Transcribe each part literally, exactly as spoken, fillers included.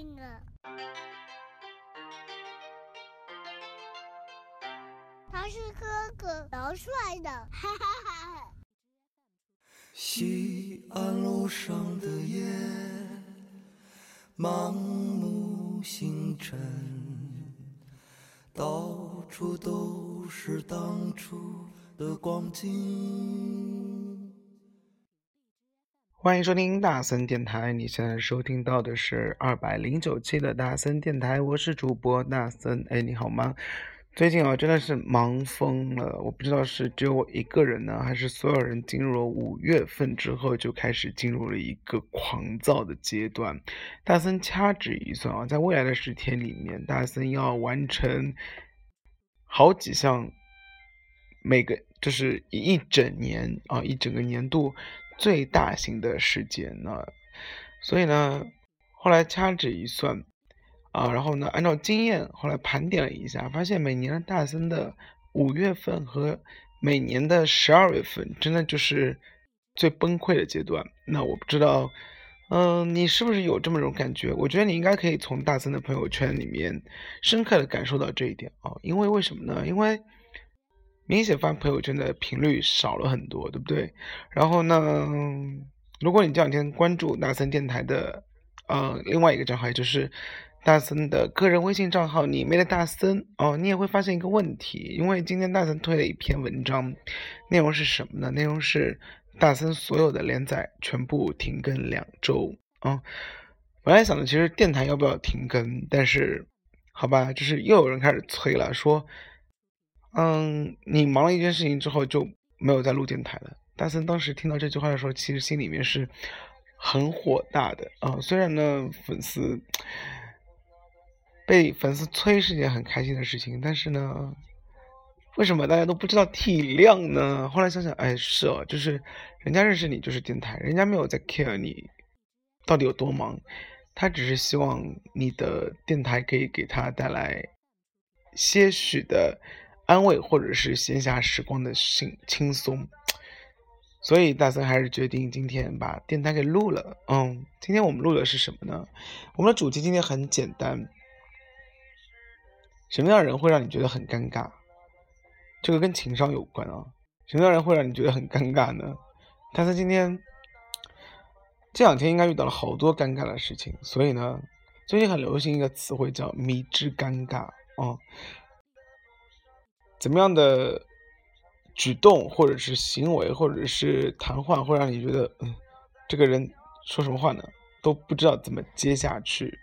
性了。他是哥哥，老帅的，哈哈哈哈。 西安路上的夜，盲目星辰，到处都是当初的光景。 欢迎收听大森电台，你现在收听到的是二百零九期的大森电台，我是主播大森。哎，你好吗？最近啊，真的是忙疯了，我不知道是只有我一个人呢，还是所有人进入了五月份之后就开始进入了一个狂躁的阶段。大森掐指一算啊，在未来的十天里面，大森要完成好几项，每个就是一整年啊，一整个年度最大型的事件呢。所以呢，后来掐指一算。啊，然后呢，按照经验，后来盘点了一下，发现每年的大森的五月份和每年的十二月份，真的就是最崩溃的阶段。那我不知道，嗯、呃，你是不是有这么种感觉？我觉得你应该可以从大森的朋友圈里面深刻的感受到这一点啊。因为为什么呢？因为明显发朋友圈的频率少了很多，对不对？然后呢，如果你这两天关注大森电台的呃另外一个账号，也就是大森的个人微信账号里面的大森哦，你也会发现一个问题，因为今天大森推了一篇文章，内容是什么呢？内容是大森所有的连载全部停更两周啊、哦。本来想的其实电台要不要停更，但是好吧，就是又有人开始催了，说，嗯，你忙了一件事情之后就没有再录电台了。大森当时听到这句话的时候，其实心里面是很火大的啊、呃。虽然呢，粉丝。被粉丝催是件很开心的事情，但是呢，为什么大家都不知道体谅呢？后来想想，哎，是哦，就是人家认识你就是电台，人家没有在 care 你到底有多忙，他只是希望你的电台可以给他带来些许的安慰，或者是闲暇时光的轻轻松。所以大森还是决定今天把电台给录了。嗯，今天我们录的是什么呢？我们的主题今天很简单。什么样的人会让你觉得很尴尬？这个跟情商有关啊。什么样的人会让你觉得很尴尬呢？大森今天这两天应该遇到了好多尴尬的事情，所以呢，最近很流行一个词汇叫迷之尴尬啊。怎么样的举动或者是行为或者是谈话会让你觉得，嗯，这个人说什么话呢都不知道怎么接下去？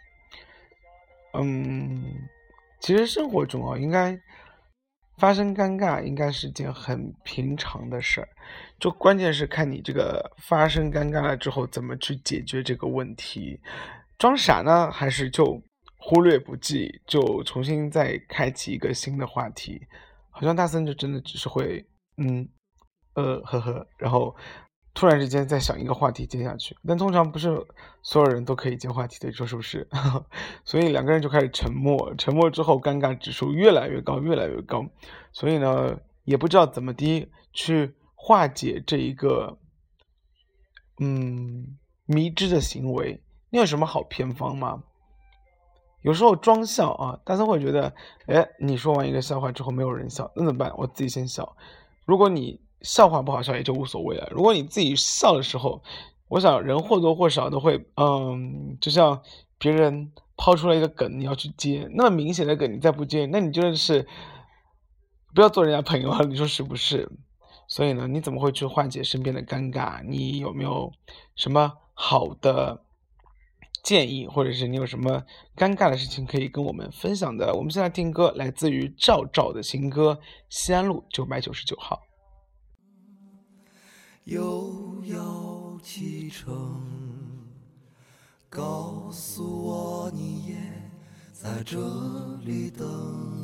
嗯，其实生活中啊，应该发生尴尬应该是件很平常的事儿，就关键是看你这个发生尴尬了之后怎么去解决这个问题。装傻呢，还是就忽略不计，就重新再开启一个新的话题？好像大森就真的只是会嗯呃呵呵，然后突然之间再想一个话题接下去，但通常不是所有人都可以接话题的，你说是不是？所以两个人就开始沉默，沉默之后尴尬指数越来越高，越来越高。所以呢，也不知道怎么的去化解这一个嗯迷之的行为。你有什么好偏方吗？有时候装笑啊，大家会觉得，哎，你说完一个笑话之后没有人笑，那怎么办？我自己先笑。如果你笑话不好笑也就无所谓了。如果你自己笑的时候，我想人或多或少都会，嗯，就像别人抛出来一个梗，你要去接，那么明显的梗你再不接，那你就是不要做人家朋友啊，你说是不是？所以呢，你怎么会去化解身边的尴尬？你有没有什么好的建议，或者是你有什么尴尬的事情可以跟我们分享的？我们现在听歌，来自于赵照的新歌《西安路九百九十九号》。 又要启程，告诉我你也在这里等。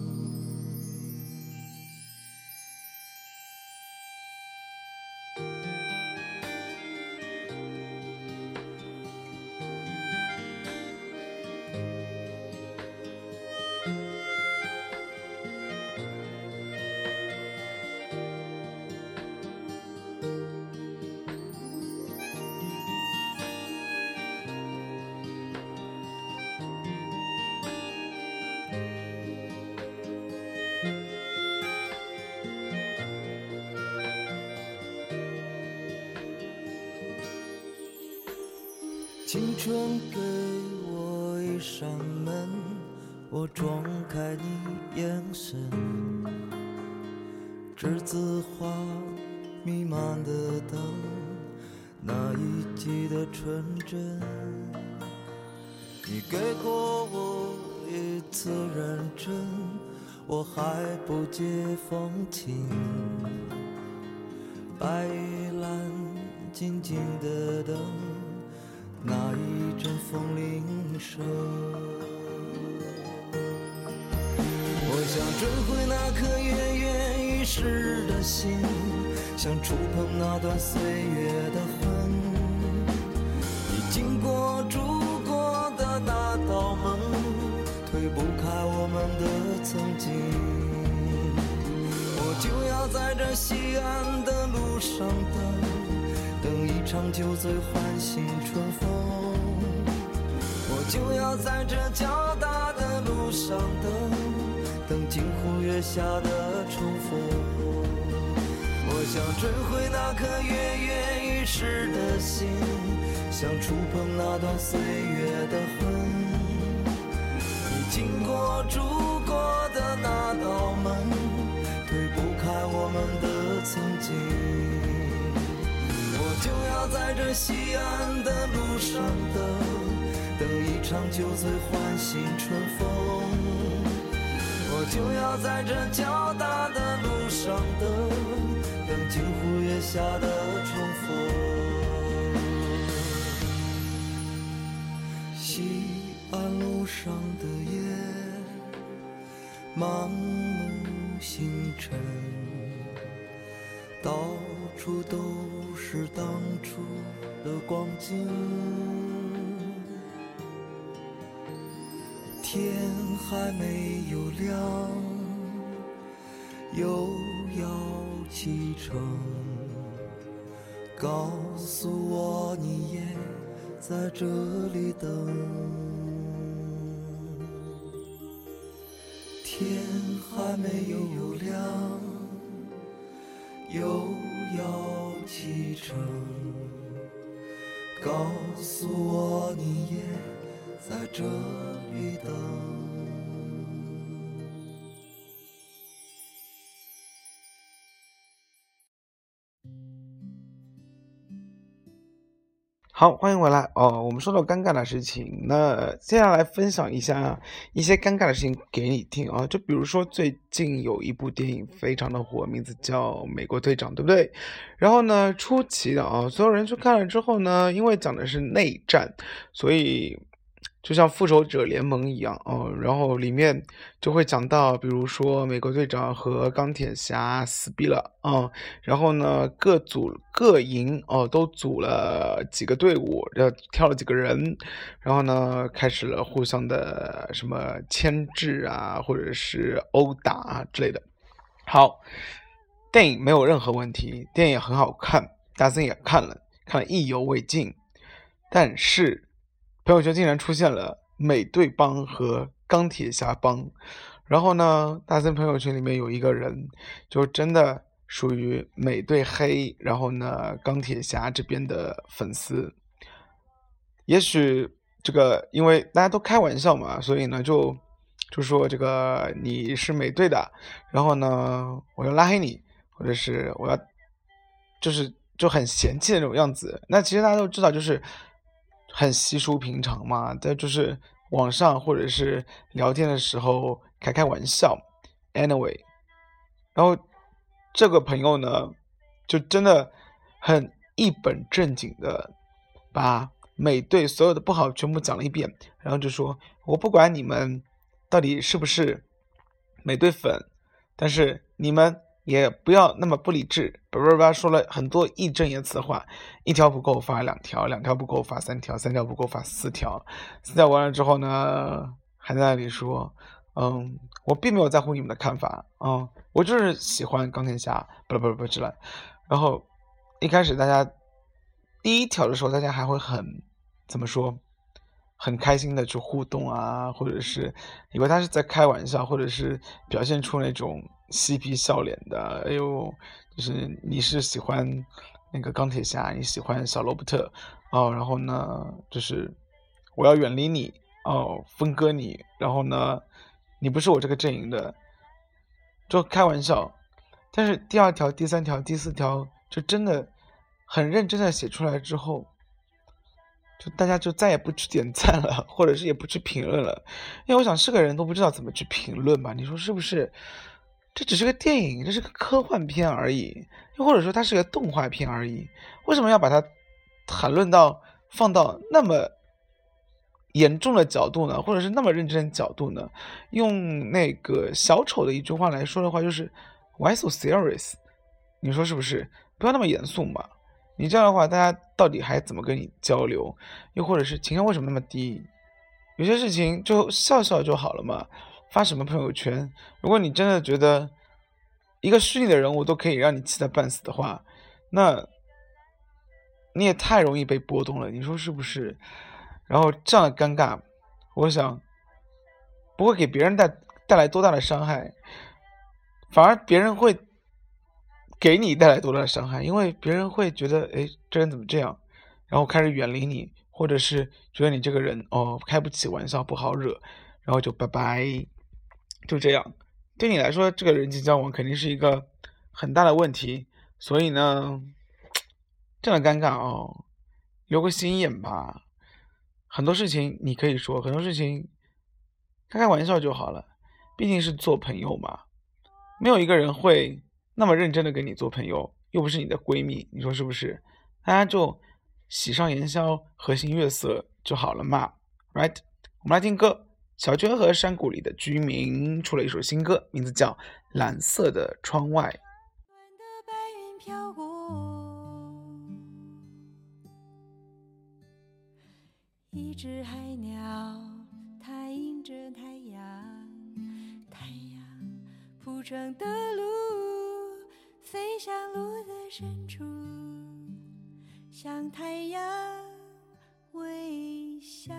青春给我一扇门，我撞开你眼神，栀子花弥漫的灯，那一季的纯真。你给过我一次认真，我还不解风情。白玉兰静静的等，那一阵风铃声。我想追回那颗跃跃欲试的心，想触碰那段岁月的痕，你经过住过的那道门，推不开我们的曾经。我就要在这西安的路上等，等一场酒醉唤醒春风。我就要在这交大的路上等，等镜湖月下的重逢。我想追回那颗跃跃欲试的心，想触碰那段岁月的魂，你经过住过的那道门，推不开我们的曾经。我就要在这西安的路上等，等一场酒醉唤醒春风。我就要在这交大的路上等，等镜湖月下的重逢。西安路上的夜，满目星辰，到处都是当初的光景。天还没有亮，又要启程，告诉我你也在这里等。天还没有亮，又要启程，告诉我你也在这里等。 好，欢迎回来哦。我们说到尴尬的事情，那接下来分享一下一些尴尬的事情给你听啊。就比如说最近有一部电影非常的火，名字叫《美国队长》，对不对？然后呢，出奇的啊，所有人去看了之后呢，因为讲的是内战，所以就像复仇者联盟一样哦，然后里面就会讲到，比如说美国队长和钢铁侠死逼了哦，然后呢各组各营哦都组了几个队伍，然后挑了几个人，然后呢开始了互相的什么牵制啊，或者是殴打啊之类的。好，电影没有任何问题，电影很好看，大森也看了，看了意犹未尽，但是朋友圈竟然出现了美队帮和钢铁侠帮，然后呢大森朋友圈里面有一个人就真的属于美队黑，然后呢钢铁侠这边的粉丝。也许这个因为大家都开玩笑嘛，所以呢就就说这个你是美队的，然后呢我要拉黑你，或者是我要就是就很嫌弃的那种样子。那其实大家都知道，就是很稀疏平常嘛，在就是网上或者是聊天的时候开开玩笑 anyway。 然后这个朋友呢就真的很一本正经的把美队所有的不好全部讲了一遍，然后就说我不管你们到底是不是美队粉，但是你们也不要那么不理智，叭叭叭说了很多义正言辞的话，一条不够发两条，两条不够发三条，三条不够发四条，四条完了之后呢，还在那里说，嗯，我并没有在乎你们的看法，嗯，我就是喜欢钢铁侠，不不不不之类。然后一开始大家第一条的时候，大家还会很怎么说？很开心的去互动啊，或者是以为他是在开玩笑，或者是表现出那种嬉皮笑脸的，哎呦，就是你是喜欢那个钢铁侠，你喜欢小罗伯特哦，然后呢就是我要远离你哦，分割你，然后呢你不是我这个阵营的，就开玩笑。但是第二条、第三条、第四条就真的很认真的写出来之后，就大家就再也不去点赞了，或者是也不去评论了，因为我想是个人都不知道怎么去评论吧，你说是不是？这只是个电影，这是个科幻片而已，又或者说它是个动画片而已，为什么要把它谈论到放到那么严重的角度呢？或者是那么认真的角度呢？用那个小丑的一句话来说的话，就是 Why so serious？ 你说是不是？不要那么严肃嘛。你这样的话，大家到底还怎么跟你交流？又或者是情商为什么那么低？有些事情就笑笑就好了嘛，发什么朋友圈？如果你真的觉得一个虚拟的人物都可以让你气得半死的话，那你也太容易被波动了，你说是不是？然后这样的尴尬，我想不会给别人带带来多大的伤害，反而别人会给你带来多大的伤害，因为别人会觉得，哎，这人怎么这样，然后开始远离你，或者是觉得你这个人哦开不起玩笑，不好惹，然后就拜拜，就这样。对你来说，这个人际交往肯定是一个很大的问题，所以呢，这样的尴尬哦，留个心眼吧。很多事情你可以说，很多事情开开玩笑就好了，毕竟是做朋友嘛，没有一个人会那么认真的跟你做朋友，又不是你的闺蜜，你说是不是？大家就喜上言销，和心悦色就好了嘛 ，right？ 我们来听歌，小娟和山谷里的居民出了一首新歌，名字叫《蓝色的窗外》。 一只海鸟，它迎着太阳，太阳铺成的路，飞向路的深处，向太阳微笑。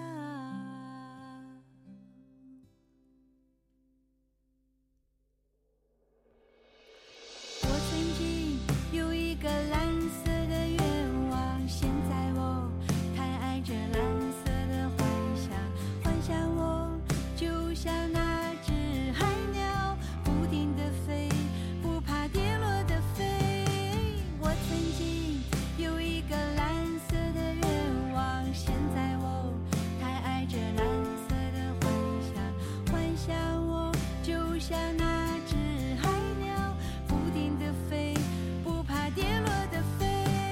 我曾经有一个蓝色的愿望，现在我太爱这蓝色的幻想，幻想我就像那只海鸟，不停地飞，不怕跌落的飞。我曾经有一个蓝色的愿望，现在我太爱这蓝色的幻想，幻想我就像那只海鸟，不停地飞，不怕跌落的飞。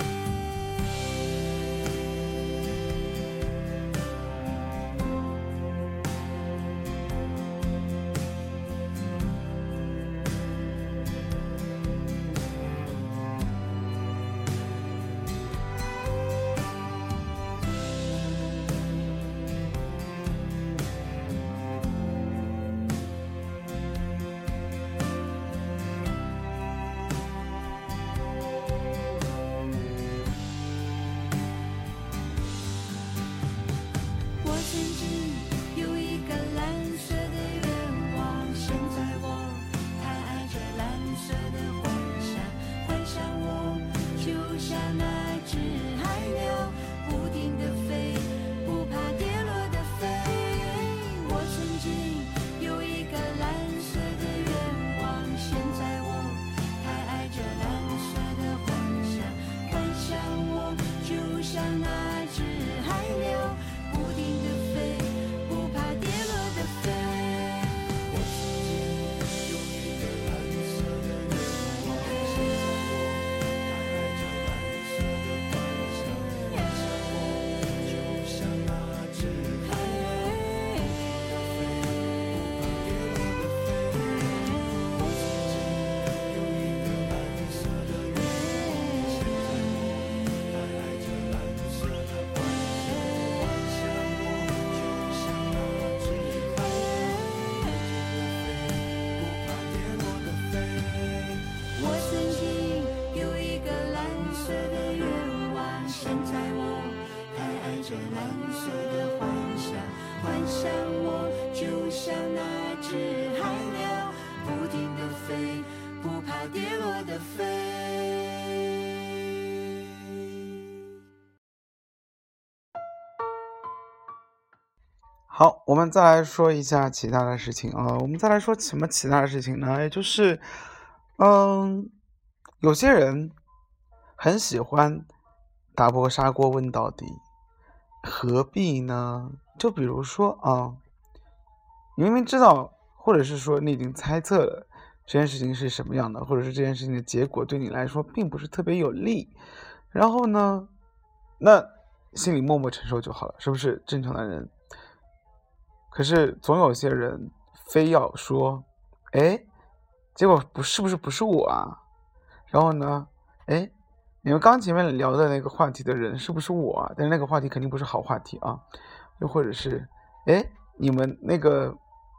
我曾经有一个蓝色的愿望，现在我太爱这蓝色的幻想，幻想我就像那只海鸟，不停地飞，不怕跌落的飞。我曾经有一个蓝色的愿望，现在我太爱这蓝色的幻想，幻想我就像那只海鸟，不停地飞，不怕跌落的飞。我曾经有一个蓝色的愿望，现在我太爱这蓝色的幻想，幻想我就像那只海鸟，不停地飞，不怕跌落的飞。我曾经有一个蓝色的愿望，现在我太爱这蓝色的幻想，幻想我就像那只海鸟，不怕跌落的飞。我曾经有一个蓝色的愿望，现在我太爱这蓝色的幻想，幻想我就像那只海鸟，不停地飞，不怕跌落的飞。 好，我们再来说一下其他的事情啊、呃。我们再来说什么其他的事情呢？也就是，嗯，有些人很喜欢打破砂锅问到底，何必呢？就比如说啊，你明明知道，或者是说你已经猜测了这件事情是什么样的，或者是这件事情的结果对你来说并不是特别有利，然后呢，那心里默默承受就好了，是不是正常的人？可是总有些人非要说，哎，结果不是不是不是我啊？然后呢，哎，你们刚前面聊的那个话题的人是不是我啊？但是那个话题肯定不是好话题啊。又或者是，哎，你们那个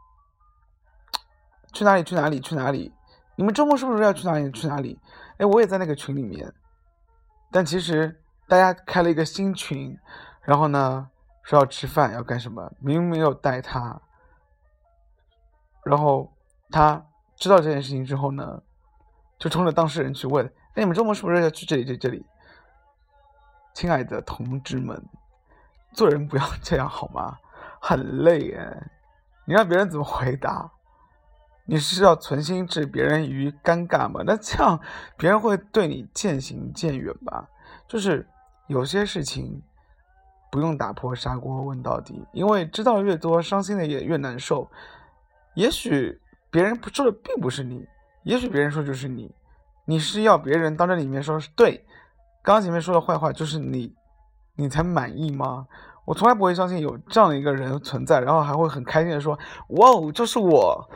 去哪里去哪里去哪里？你们周末是不是要去哪里去哪里？哎，我也在那个群里面，但其实大家开了一个新群，然后呢说要吃饭要干什么，明明没有带他，然后他知道这件事情之后呢，就冲着当事人去问，哎，你们周末是不是要去这里这里这里？亲爱的同志们，做人不要这样好吗？很累哎，你让别人怎么回答？你是要存心置别人于尴尬吗？那这样别人会对你渐行渐远吧。就是有些事情不用打破砂锅问到底，因为知道越多，伤心的也越难受。也许别人说的并不是你，也许别人说就是你，你是要别人当着你面说对，刚刚前面说的坏话就是你，你才满意吗？我从来不会相信有这样的一个人存在，然后还会很开心的说，哇哦，就是我。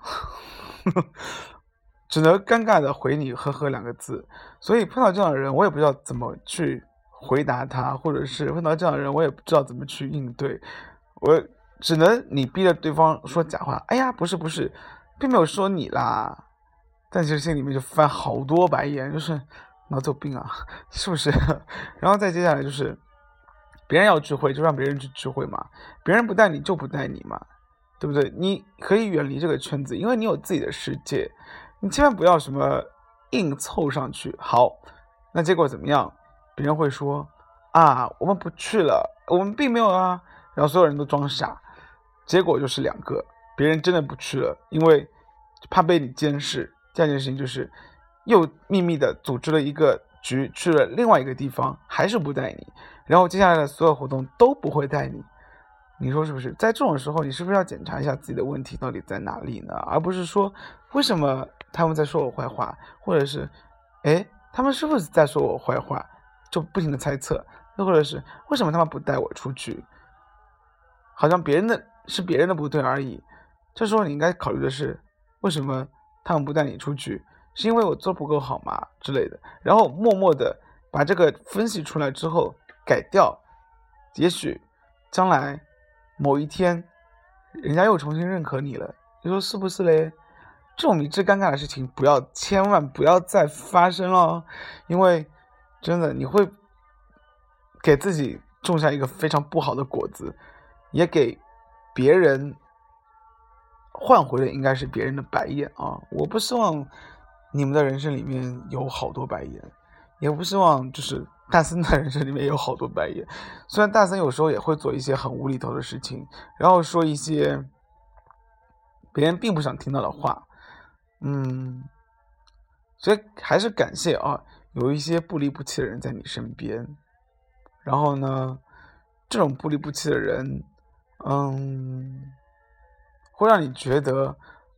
只能尴尬的回你呵呵两个字。所以碰到这样的人，我也不知道怎么去回答他，或者是碰到这样的人，我也不知道怎么去应对。我只能你逼着对方说假话，哎呀，不是不是，并没有说你啦。但其实心里面就翻好多白眼，就是脑子有病啊，是不是？然后再接下来就是别人要聚会就让别人去聚会嘛，别人不带你就不带你嘛，对不对？你可以远离这个圈子，因为你有自己的世界，你千万不要什么硬凑上去。好，那结果怎么样？别人会说啊，我们不去了，我们并没有啊，然后所有人都装傻，结果就是两个，别人真的不去了，因为怕被你监视。第二件事情就是又秘密的组织了一个局，去了另外一个地方，还是不带你，然后接下来的所有活动都不会带你。你说是不是？在这种时候，你是不是要检查一下自己的问题到底在哪里呢？而不是说为什么他们在说我坏话，或者是哎，他们是不是在说我坏话，就不停的猜测，又或者是为什么他们不带我出去，好像别人的是别人的不对而已。这时候你应该考虑的是，为什么他们不带你出去，是因为我做不够好吗之类的，然后默默的把这个分析出来之后改掉，也许将来某一天人家又重新认可你了，你说是不是嘞？这种迷之尴尬的事情不要千万不要再发生了，因为真的你会给自己种下一个非常不好的果子，也给别人换回的应该是别人的白眼啊！我不希望你们的人生里面有好多白眼，也不希望就是大森的人生里面有好多白眼。虽然大森有时候也会做一些很无厘头的事情，然后说一些别人并不想听到的话，嗯，所以还是感谢啊，有一些不离不弃的人在你身边。然后呢，这种不离不弃的人，嗯。会让你觉得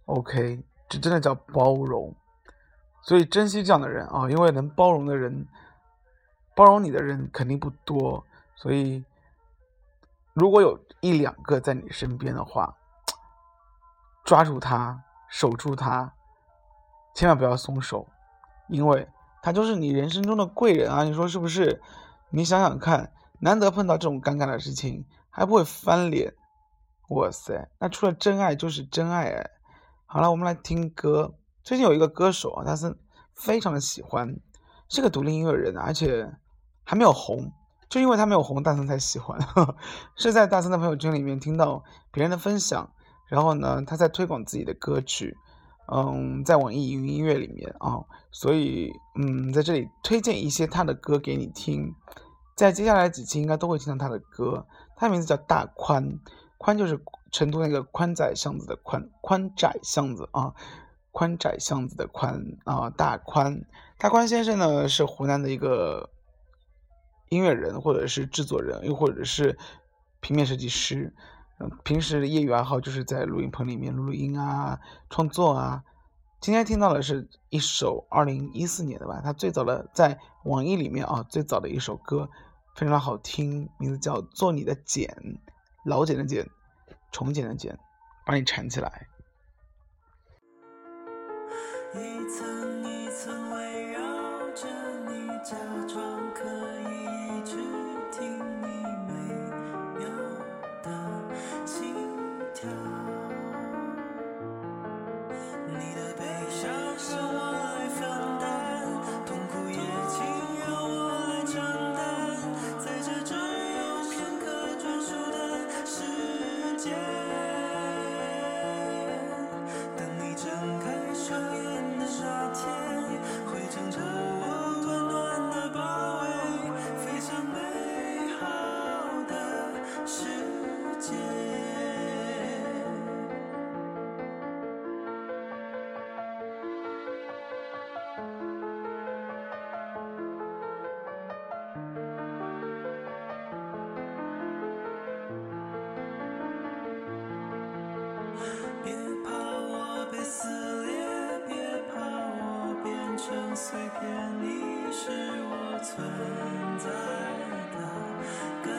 OK， 这真的叫包容。所以珍惜这样的人啊，因为能包容的人，包容你的人肯定不多。所以如果有一两个在你身边的话，抓住他，守住他，千万不要松手，因为他就是你人生中的贵人啊，你说是不是？你想想看，难得碰到这种尴尬的事情还不会翻脸，哇塞，那除了真爱就是真爱哎。好了，我们来听歌。最近有一个歌手啊，他是非常的喜欢，是个独立音乐人，而且还没有红，就因为他没有红，大森才喜欢。呵呵，是在大森的朋友圈里面听到别人的分享，然后呢，他在推广自己的歌曲，嗯，在网易云音乐里面啊，所以嗯，在这里推荐一些他的歌给你听，在接下来几期应该都会听到他的歌。他的名字叫大宽。 宽就是成都那个宽窄巷子的宽，宽窄巷子啊，宽窄巷子的宽啊，大宽。大宽先生呢是湖南的一个音乐人，或者是制作人，又或者是平面设计师。嗯，平时业余爱好就是在录音棚里面录录音啊，创作啊。今天听到的是一首二零一四年的吧，他最早的在网易里面啊，最早的一首歌，非常的好听，名字叫《做你的茧》，老茧的茧，重茧的茧，把你缠起来。 一层一层围绕着你，假装可以一直听你每秒的心跳。你的悲伤让我来分担，痛苦也请让我来承担，在这只有片刻专属的时间，等你睁开双眼的那天，会挣脱我温暖的包围，飞向美好的世界。别怕我被撕裂，别怕我变成碎片，你是我存在的根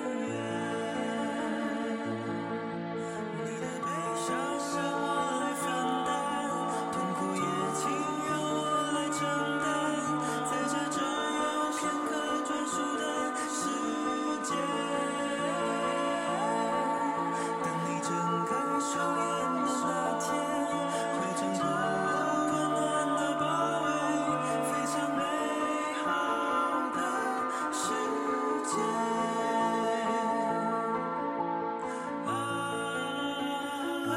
源。你的悲伤让我来分担，痛苦也请让我来承担，在这只有片刻专属的时间，等你睁开双眼的那天，会挣脱我温暖的包围，飞向美好的世界。啊啊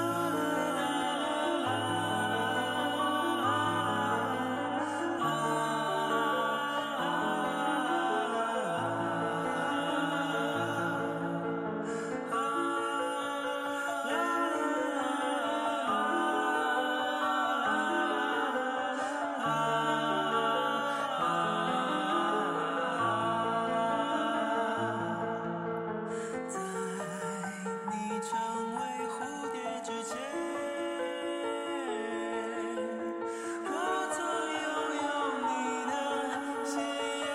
在你成为蝴蝶之前，我曾拥有你的鲜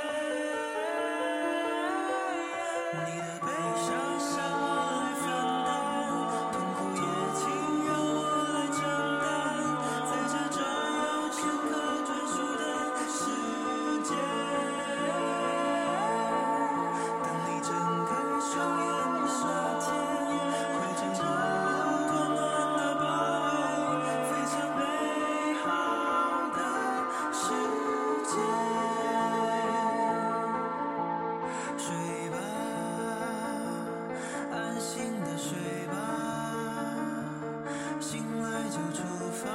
艳。你的悲伤让我来分担，痛苦也请让我来承担，在这只有片刻专属的时间，等你睁开双眼的那天，会挣脱我温暖的包围，飞向美好的世界。睡吧，安心的睡吧，醒来就出发，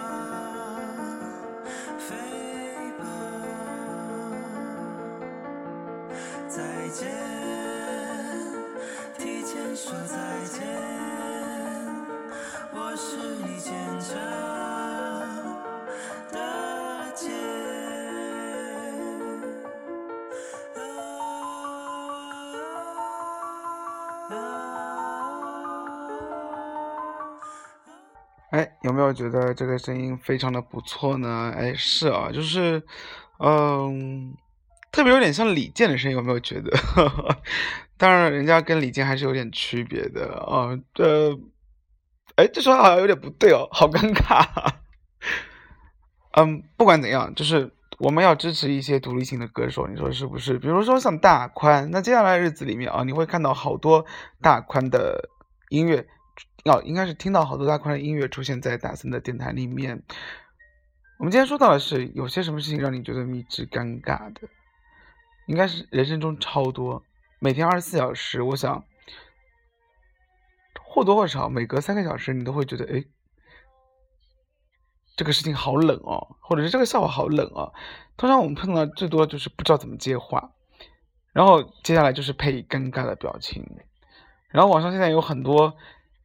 飞吧。再见，提前说再见，我是你坚强的茧。 哎，有没有觉得这个声音非常的不错呢？哎，是啊，就是，嗯，特别有点像李健的声音，有没有觉得？当然，人家跟李健还是有点区别的啊。这，哎，这说话好像有点不对哦，好尴尬。嗯，不管怎样，就是我们要支持一些独立性的歌手，你说是不是？比如说像大宽，那接下来日子里面啊，你会看到好多大宽的音乐。要、哦、应该是听到好多大宽的音乐出现在大森的电台里面。我们今天说到的是有些什么事情让你觉得迷之尴尬的，应该是人生中超多，每天二十四小时，我想或多或少每隔三个小时你都会觉得，哎，这个事情好冷哦，或者是这个笑话好冷哦。通常我们碰到最多就是不知道怎么接话，然后接下来就是配尴尬的表情。然后网上现在有很多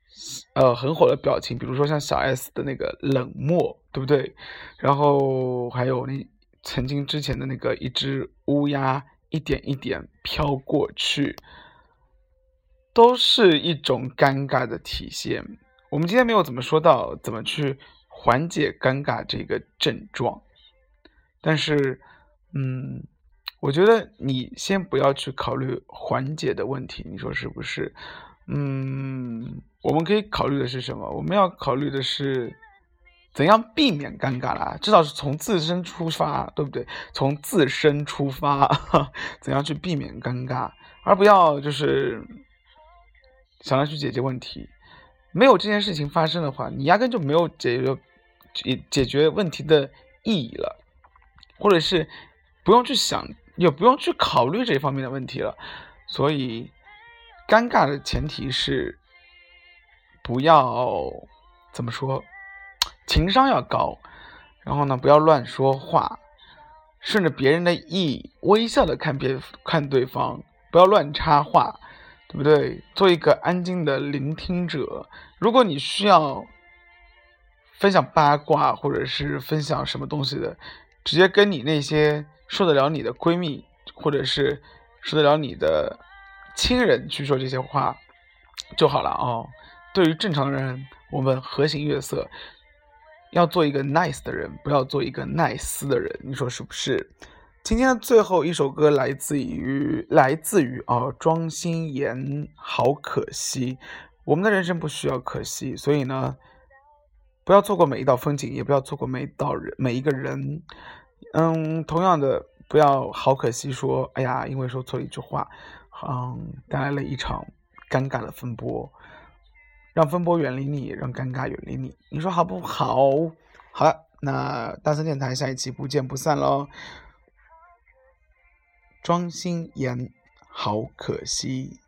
呃很火的表情，比如说像小 S 的那个冷漠，对不对？然后还有那曾经之前的那个一只乌鸦一点一点飘过去，都是一种尴尬的体现。我们今天没有怎么说到怎么去缓解尴尬这个症状，但是嗯我觉得你先不要去考虑缓解的问题，你说是不是？嗯，我们可以考虑的是什么？我们要考虑的是怎样避免尴尬啦，至少是从自身出发，对不对？从自身出发，怎样去避免尴尬，而不要就是想要去解决问题。没有这件事情发生的话，你压根就没有解决解决问题的意义了，或者是不用去想，也不用去考虑这方面的问题了。所以尴尬的前提是不要怎么说，情商要高，然后呢不要乱说话，顺着别人的意微笑的看别看对方，不要乱插话，对不对？做一个安静的聆听者。如果你需要分享八卦或者是分享什么东西的，直接跟你那些受得了你的闺蜜或者是受得了你的亲人去说这些话就好了哦。对于正常人，我们和形悦色，要做一个 nice 的人，不要做一个耐撕的人，你说是不是？今天的最后一首歌来自于来自于哦庄心妍，好可惜。我们的人生不需要可惜，所以呢不要错过每一道风景，也不要错过每一道人每一个人。嗯，同样的，不要好可惜说，哎呀，因为说错了一句话，嗯，带来了一场尴尬的风波。让风波远离你，让尴尬远离你，你说好不好？好了，那大森电台下一期不见不散咯。庄心妍，好可惜。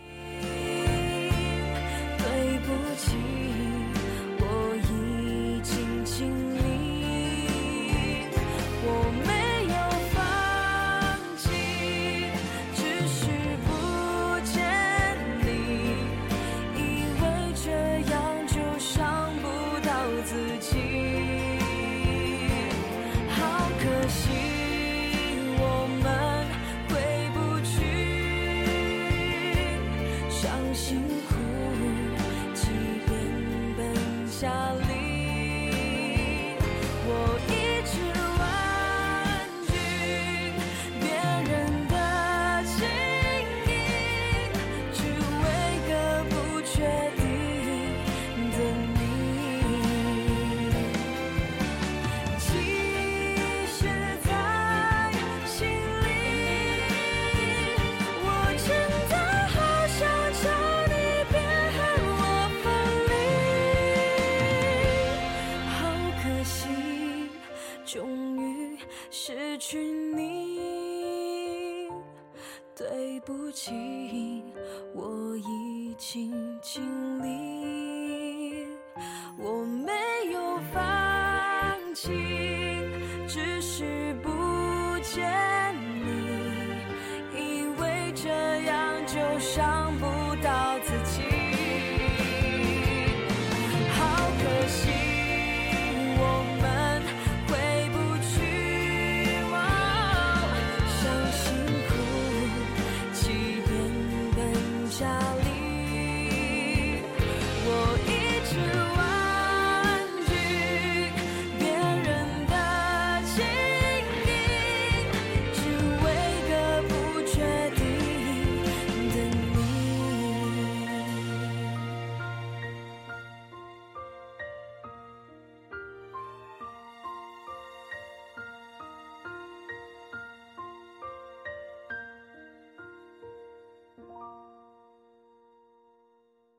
对不起，我已经尽力，我没有放弃，只是不见你，以为这样就伤不到自己，好可惜。辛苦，即便奔下里，我一直婉拒别人的情意，只为个不确定的你，积雪在心里，我真的好想叫终于失去你，对不起，我已经尽力，我没有放弃，只是不见你，以为这样就伤不到自己，好可惜。下